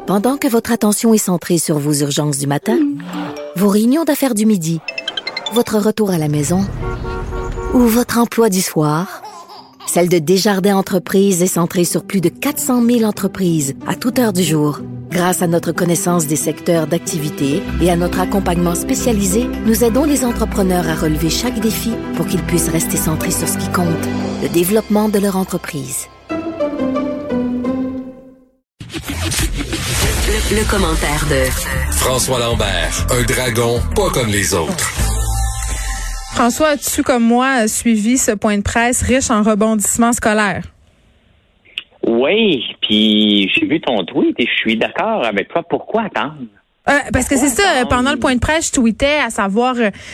Pendant que votre attention est centrée sur vos urgences du matin, vos réunions d'affaires du midi, votre retour à la maison ou votre emploi du soir, celle de Desjardins Entreprises est centrée sur plus de 400 000 entreprises à toute heure du jour. Grâce à notre connaissance des secteurs d'activité et à notre accompagnement spécialisé, nous aidons les entrepreneurs à relever chaque défi pour qu'ils puissent rester centrés sur ce qui compte, le développement de leur entreprise. Le commentaire de François Lambert, un dragon pas comme les autres. François, as-tu, comme moi, suivi ce point de presse riche en rebondissements scolaires? Oui, puis j'ai vu ton tweet et je suis d'accord avec toi. Pourquoi attendre? Parce que c'est ça, pendant le point de presse, je tweetais à savoir,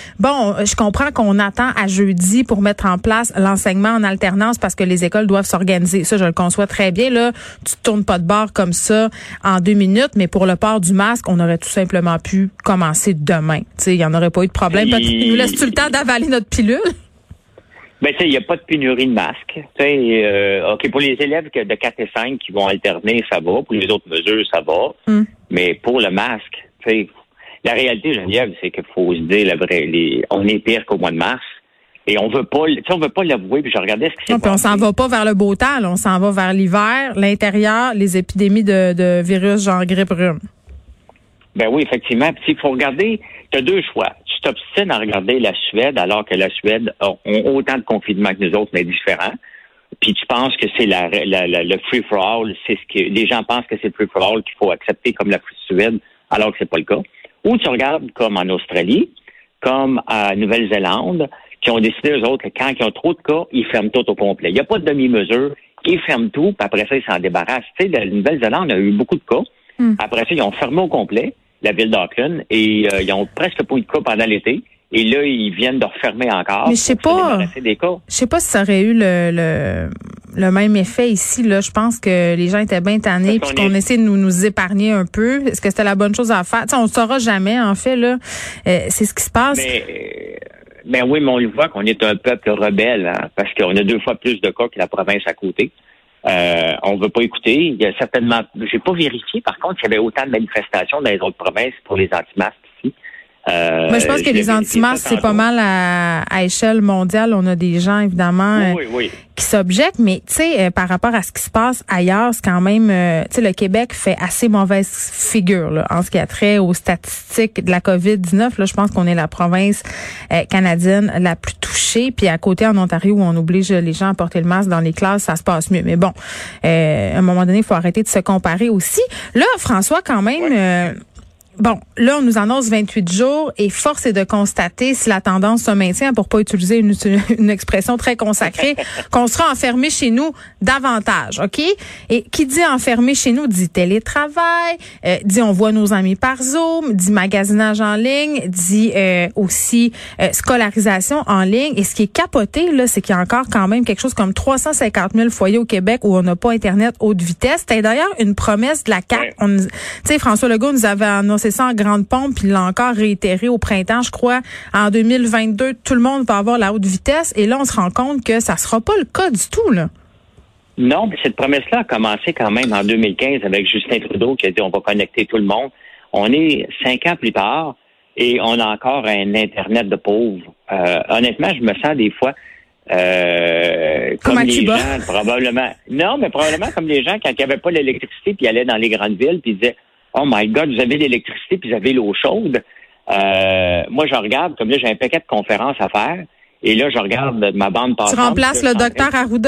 je comprends qu'on attend à jeudi pour mettre en place l'enseignement en alternance parce que les écoles doivent s'organiser. Ça, je le conçois très bien. Là, tu te tournes pas de bord comme ça en 2 minutes, mais pour le port du masque, on aurait tout simplement pu commencer demain. Tu sais, il y en aurait pas eu de problème. Il nous laisse-tu le temps d'avaler notre pilule? Ben, tu sais, il n'y a pas de pénurie de masques. Tu sais, OK, pour les élèves de 4 et 5 qui vont alterner, ça va. Pour les autres mesures, ça va. Mais pour le masque, tu sais, la réalité, Geneviève, c'est qu'il faut se dire on est pire qu'au mois de mars. Et on veut pas l'avouer. Puis je regardais ce qui s'est passé. On s'en va pas vers le beau temps, là. On s'en va vers l'hiver, l'intérieur, les épidémies de virus genre grippe rhume. Ben oui, effectivement. Puis il faut regarder, tu as 2 choix. Tu t'obstines à regarder la Suède, alors que la Suède ont autant de confinement que nous autres, mais différents. Puis tu penses que c'est le free-for-all, c'est ce que les gens pensent que c'est le free-for-all qu'il faut accepter comme la Suède, alors que c'est pas le cas. Ou tu regardes comme en Australie, comme à Nouvelle-Zélande, qui ont décidé, eux autres, que quand ils ont trop de cas, ils ferment tout au complet. Il n'y a pas de demi-mesure. Ils ferment tout, puis après ça, ils s'en débarrassent. Tu sais, la Nouvelle-Zélande a eu beaucoup de cas. Après ça, ils ont fermé au complet la ville d'Auckland et ils ont presque pas eu de cas pendant l'été. Et là, ils viennent de refermer encore. Mais je sais pas si ça aurait eu le même effet ici. Là, je pense que les gens étaient bien tannés puis qu'on essaie de nous épargner un peu. Est-ce que c'était la bonne chose à faire? T'sais, on ne saura jamais, en fait. Là, c'est ce qui se passe. Ben oui, mais on le voit qu'on est un peuple rebelle, hein, parce qu'on a 2 fois plus de cas que la province à côté. On veut pas écouter. Il y a certainement, j'ai pas vérifié, par contre, s'il y avait autant de manifestations dans les autres provinces pour les anti-masques ici. Moi, je pense que les anti-masques, c'est pas mal à échelle mondiale. On a des gens, évidemment, qui s'objectent. Mais, tu sais, par rapport à ce qui se passe ailleurs, c'est quand même, tu sais, le Québec fait assez mauvaise figure là, en ce qui a trait aux statistiques de la COVID-19. Là, je pense qu'on est la province canadienne la plus touchée. Puis à côté, en Ontario, où on oblige les gens à porter le masque dans les classes, ça se passe mieux. Mais bon, à un moment donné, il faut arrêter de se comparer aussi. Là, François, quand même... Bon, là, on nous annonce 28 jours et force est de constater, si la tendance se maintient, pour pas utiliser une expression très consacrée, qu'on sera enfermé chez nous davantage, OK? Et qui dit enfermé chez nous dit télétravail, dit on voit nos amis par Zoom, dit magasinage en ligne, dit aussi scolarisation en ligne. Et ce qui est capoté, là, c'est qu'il y a encore quand même quelque chose comme 350 000 foyers au Québec où on n'a pas Internet haute vitesse. C'était d'ailleurs une promesse de la CAQ. Tu sais, François Legault nous avait annoncé ça en grande pompe, puis il l'a encore réitéré au printemps, je crois, en 2022, tout le monde va avoir la haute vitesse, et là, on se rend compte que ça sera pas le cas du tout, là. Non, mais cette promesse-là a commencé quand même en 2015 avec Justin Trudeau qui a dit on va connecter tout le monde. On est 5 ans plus tard et on a encore un Internet de pauvres. Honnêtement, je me sens des fois comme les gens, probablement. Non, mais probablement comme les gens quand il n'y avait pas l'électricité puis ils allaient dans les grandes villes puis ils disaient oh my God, vous avez l'électricité puis vous avez l'eau chaude. Moi, je regarde, comme là, j'ai un paquet de conférences à faire. Et là, je regarde ma bande passante. Tu remplaces le docteur Arruda?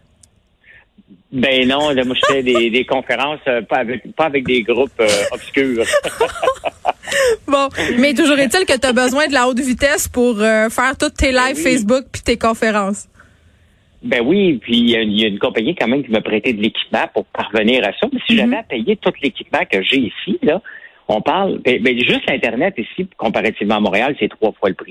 Ben non, là, moi, je fais des conférences pas avec des groupes obscurs. Bon, mais toujours est-il que tu as besoin de la haute vitesse pour faire toutes tes lives Facebook puis tes conférences. Ben oui, puis il y a une compagnie quand même qui m'a prêté de l'équipement pour parvenir à ça. Mais si j'avais à payer tout l'équipement que j'ai ici, là, on parle, ben juste l'Internet ici, comparativement à Montréal, c'est 3 fois le prix.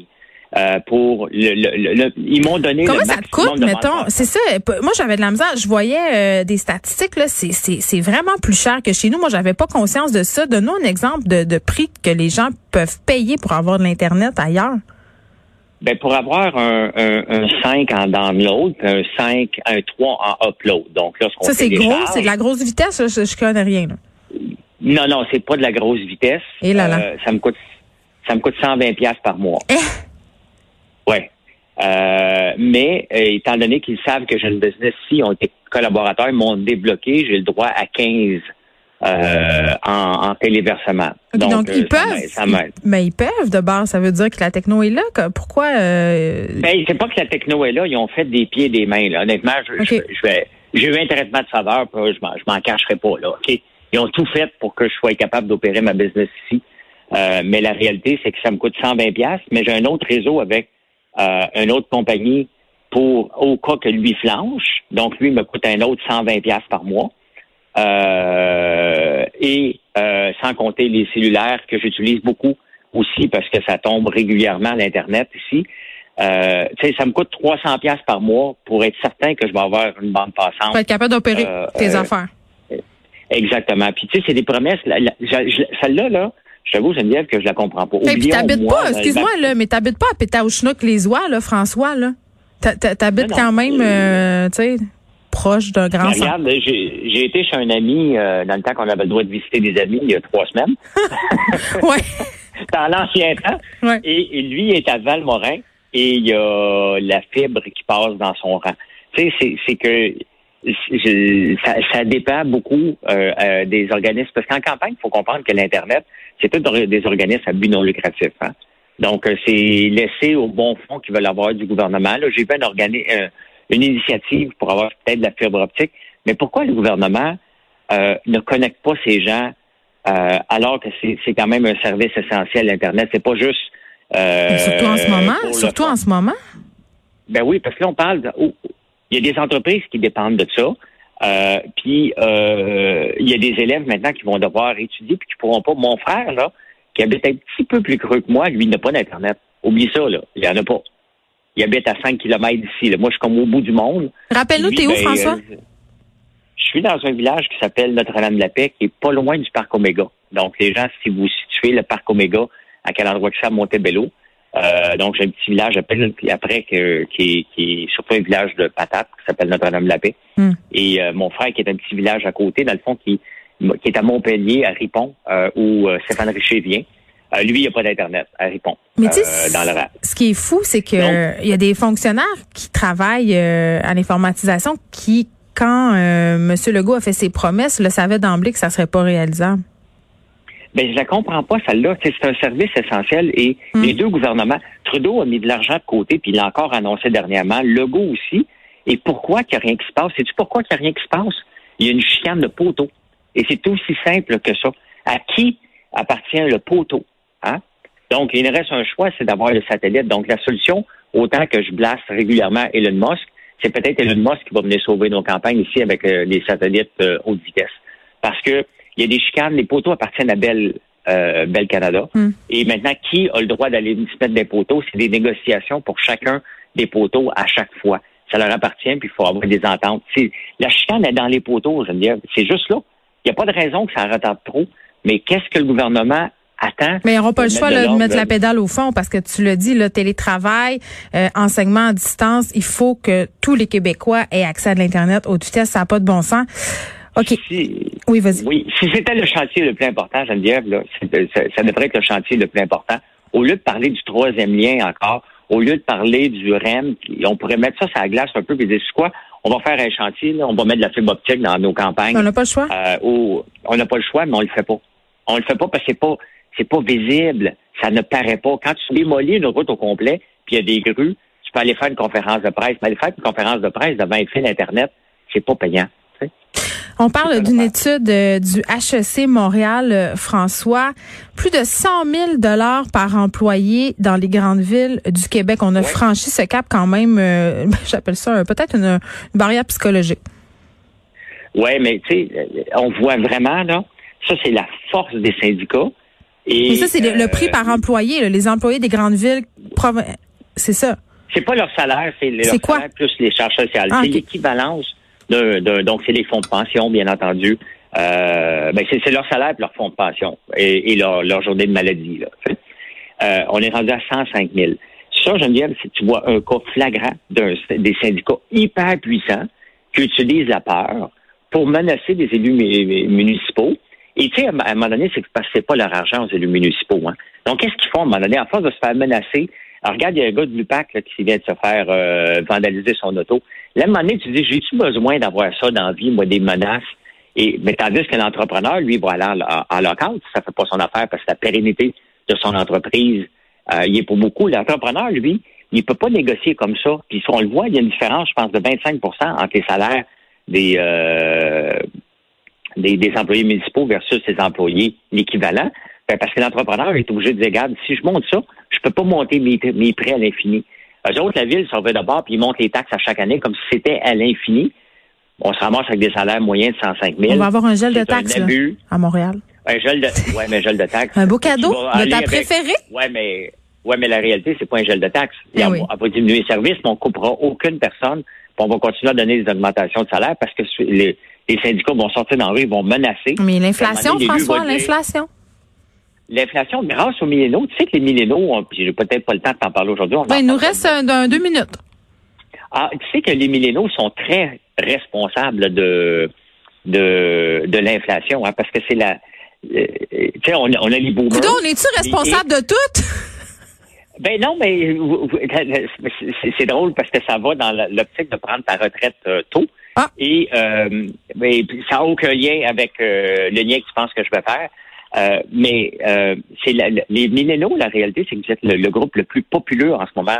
Ils m'ont donné comment le ça te coûte, mettons? C'est ça. Moi, j'avais de la misère. Je voyais des statistiques, là. C'est vraiment plus cher que chez nous. Moi, j'avais pas conscience de ça. Donne-nous un exemple de prix que les gens peuvent payer pour avoir de l'Internet ailleurs. Ben, pour avoir un 5 en download, un 3 en upload. Donc, là, ce qu'on ça, c'est gros, décharge, c'est de la grosse vitesse, je connais rien, là. Non, c'est pas de la grosse vitesse. Et là. Ça me coûte 120$ par mois. Ouais. Mais étant donné qu'ils savent que j'ai une business, si ont été collaborateurs, ils m'ont débloqué, j'ai le droit à 15 en téléversement. Okay, donc ils peuvent. Ça m'aide. Mais ils peuvent de base, ça veut dire que la techno est là. Pourquoi Ben c'est pas que la techno est là, ils ont fait des pieds et des mains là. Honnêtement, j'ai eu un traitement de saveur, je m'en cacherai pas là. OK. Ils ont tout fait pour que je sois capable d'opérer ma business ici. Mais la réalité, c'est que ça me coûte 120$, mais j'ai un autre réseau avec une autre compagnie au cas que lui flanche. Donc, lui, il me coûte un autre 120$ par mois. Et sans compter les cellulaires que j'utilise beaucoup aussi parce que ça tombe régulièrement à l'Internet ici. Ça me coûte 300$ par mois pour être certain que je vais avoir une bande passante. Pour être capable d'opérer tes affaires. Exactement. Puis, tu sais, c'est des promesses. Celle-là, là, je t'avoue, Geneviève, que je la comprends pas. Puis t'habites pas, excuse-moi, là, mais t'habites pas à Pétaouchnouk-les-Oies, là, François, là. T'habites quand même, tu sais, proche d'un grand centre. Regarde, j'ai été chez un ami dans le temps qu'on avait le droit de visiter des amis il y a 3 semaines. Ouais. Dans l'ancien temps. Ouais. Et lui est à Valmorin et il y a la fibre qui passe dans son rang. Tu sais, c'est que ça dépend beaucoup des organismes. Parce qu'en campagne, il faut comprendre que l'Internet, c'est tous des organismes à but non lucratif. Hein? Donc, c'est laissé au bon fond qui veulent avoir du gouvernement. Là, j'ai vu une initiative pour avoir peut-être de la fibre optique. Mais pourquoi le gouvernement ne connecte pas ces gens alors que c'est quand même un service essentiel, l'Internet? C'est pas juste... Surtout en ce moment? Ben oui, parce que là, on parle... il y a des entreprises qui dépendent de ça. Puis, il y a des élèves maintenant qui vont devoir étudier puis qui pourront pas. Mon frère, là, qui habite un petit peu plus creux que moi, lui, il n'a pas d'Internet. Oublie ça, là. Il n'y en a pas. Il habite à 5 km d'ici. Là. Moi, je suis comme au bout du monde. Rappelle-nous, t'es où, François? Je suis dans un village qui s'appelle Notre-Dame-de-la-Paix, qui est pas loin du parc Omega. Donc, les gens, si vous situez le parc Omega, à quel endroit que c'est à Montebello, donc, j'ai un petit village après qui est surtout un village de patates qui s'appelle Notre-Dame-de-la-Paix. Et mon frère qui est un petit village à côté, dans le fond, qui est à Montpellier, à Ripon, où Stéphane Richer vient. Lui, il n'y a pas d'Internet à Ripon. Mais tu sais, ce qui est fou, c'est que il y a des fonctionnaires qui travaillent à l'informatisation qui, quand M. Legault a fait ses promesses, le savaient d'emblée que ça ne serait pas réalisable. Ben, je la comprends pas, celle-là. C'est un service essentiel et les deux gouvernements, Trudeau a mis de l'argent de côté, puis il l'a encore annoncé dernièrement, Legault aussi. Et pourquoi qu'il n'y a rien qui se passe? Sais-tu pourquoi qu'il n'y a rien qui se passe? Il y a une chicane de poteau. Et c'est aussi simple que ça. À qui appartient le poteau? Hein? Donc, il nous reste un choix, c'est d'avoir le satellite. Donc, la solution, autant que je blaste régulièrement Elon Musk, c'est peut-être Elon Musk qui va venir sauver nos campagnes ici avec les satellites haute vitesse. Parce que il y a des chicanes, les poteaux appartiennent à Bell Canada. Et maintenant, qui a le droit d'aller se mettre des poteaux? C'est des négociations pour chacun des poteaux à chaque fois. Ça leur appartient, puis il faut avoir des ententes. La chicane est dans les poteaux, je veux dire. C'est juste là. Il n'y a pas de raison que ça retarde trop. Mais qu'est-ce que le gouvernement attend? Mais ils n'auront pas le choix de mettre la pédale au fond, parce que tu le dis, le télétravail, enseignement à distance, il faut que tous les Québécois aient accès à de l'Internet haute vitesse. Ça n'a pas de bon sens. OK. Oui, vas-y. Oui, si c'était le chantier le plus important, Geneviève, là, ça devrait être le chantier le plus important. Au lieu de parler du 3e lien encore, au lieu de parler du REM, on pourrait mettre ça sur la glace un peu et dire, c'est quoi? On va faire un chantier, là, on va mettre de la fibre optique dans nos campagnes. On n'a pas le choix. On n'a pas le choix, mais on le fait pas. On le fait pas parce que c'est pas visible. Ça ne paraît pas. Quand tu démolis une route au complet, puis il y a des grues, tu peux aller faire une conférence de presse. Mais aller faire une conférence de presse devant un fil Internet, c'est pas payant. On parle d'une étude du HEC Montréal, François. Plus de 100 000 $ par employé dans les grandes villes du Québec. On a franchi ce cap quand même, j'appelle ça peut-être une barrière psychologique. Oui, mais tu sais, on voit vraiment, là, ça c'est la force des syndicats. Mais ça, c'est le prix par employé, là, les employés des grandes villes, c'est ça. C'est pas leur salaire, c'est leur salaire plus les charges sociales. C'est l'équivalence donc c'est les fonds de pension, bien entendu. C'est leur salaire et leur fonds de pension et leur journée de maladie. Là. On est rendu à 105 000. Ça, Geneviève, si tu vois un cas flagrant des syndicats hyper puissants qui utilisent la peur pour menacer des élus municipaux et Puis, tu sais, à un moment donné, c'est parce que c'est pas leur argent aux élus municipaux. Hein. Donc, qu'est-ce qu'ils font à un moment donné? À force de se faire menacer, alors, regarde, il y a un gars de l'UPAC là, qui vient de se faire vandaliser son auto. Là, à un moment donné, tu dis, j'ai-tu besoin d'avoir ça dans la vie, moi, des menaces? Mais tandis que l'entrepreneur, lui, va aller en local, ça fait pas son affaire parce que la pérennité de son entreprise, il est pour beaucoup. L'entrepreneur, lui, il peut pas négocier comme ça. Puis, si on le voit, il y a une différence, je pense, de 25 entre les salaires des employés municipaux versus les employés l'équivalent. Parce que l'entrepreneur est obligé de dire, regarde, si je monte ça, je peux pas monter mes prêts à l'infini. Eux autres, la ville s'en va d'abord, puis ils montent les taxes à chaque année comme si c'était à l'infini. On se ramasse avec des salaires moyens de 105 000. On va avoir un gel de taxes là, à Montréal. Un gel de taxes. Un beau cadeau de ta préférée? Ouais, mais la réalité, c'est pas un gel de taxes. On va diminuer les services, mais on coupera aucune personne. Puis on va continuer à donner des augmentations de salaire parce que les syndicats vont sortir dans la rue, ils vont menacer. Mais l'inflation, François, l'inflation. L'inflation, grâce aux milléniaux, tu sais que les milléniaux, puis j'ai peut-être pas le temps de t'en parler aujourd'hui. Il nous reste 2 minutes. Ah, tu sais que les milléniaux sont très responsables de l'inflation, hein, parce que c'est tu sais, on a les boomers. Coudon, on est-tu responsable de tout? Ben non, mais c'est drôle parce que ça va dans l'optique de prendre ta retraite tôt. Ah. Et mais ça n'a aucun lien avec le lien que tu penses que je vais faire. Mais c'est les milléniaux, la réalité, c'est que vous êtes le groupe le plus populeux en ce moment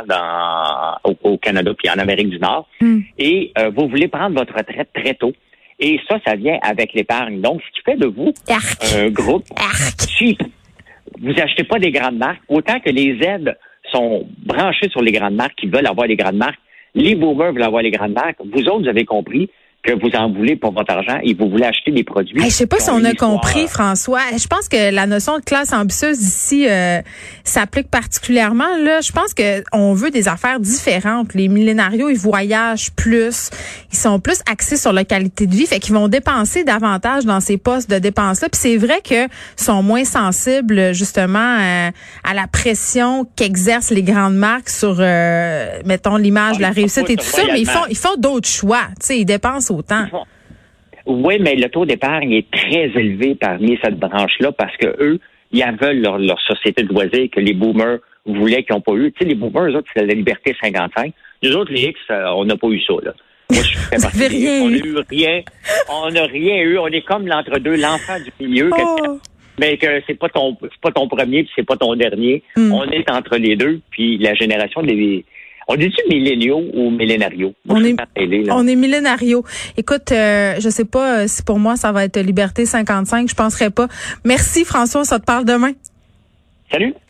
au Canada puis en Amérique du Nord. Et vous voulez prendre votre retraite très tôt. Et ça vient avec l'épargne. Donc, ce qui fait de vous un groupe cheap. Vous achetez pas des grandes marques. Autant que les aides sont branchées sur les grandes marques qui veulent avoir les grandes marques, les boomers veulent avoir les grandes marques. Vous autres, vous avez compris que vous en voulez pour votre argent et vous voulez acheter des produits. Je sais pas si on a compris, François. Je pense que la notion de classe ambitieuse ici s'applique particulièrement. Là, je pense que on veut des affaires différentes. Les millénarios, ils voyagent plus, ils sont plus axés sur la qualité de vie, fait qu'ils vont dépenser davantage dans ces postes de dépenses-là. Puis c'est vrai que sont moins sensibles justement à la pression qu'exercent les grandes marques sur, mettons, l'image, la réussite et tout ça. Mais ils font d'autres choix. Tu sais, ils dépensent autant. Oui, mais le taux d'épargne est très élevé parmi cette branche-là parce que eux, ils en veulent leur société de loisirs que les boomers voulaient qu'ils n'ont pas eu. Tu sais, les boomers, eux autres, c'est la liberté 55. Nous autres, les X, on n'a pas eu ça, là. Moi, je fais partie des X. On n'a eu rien. On n'a rien eu. On est comme l'entre-deux, l'enfant du milieu. Mais que c'est pas ton premier puis c'est pas ton dernier. On est entre les deux. Puis la génération des... On dit-tu milléniaux ou millénarios? On est millénarios. Écoute, je sais pas si pour moi ça va être Liberté 55, je penserais pas. Merci François, ça te parle demain. Salut.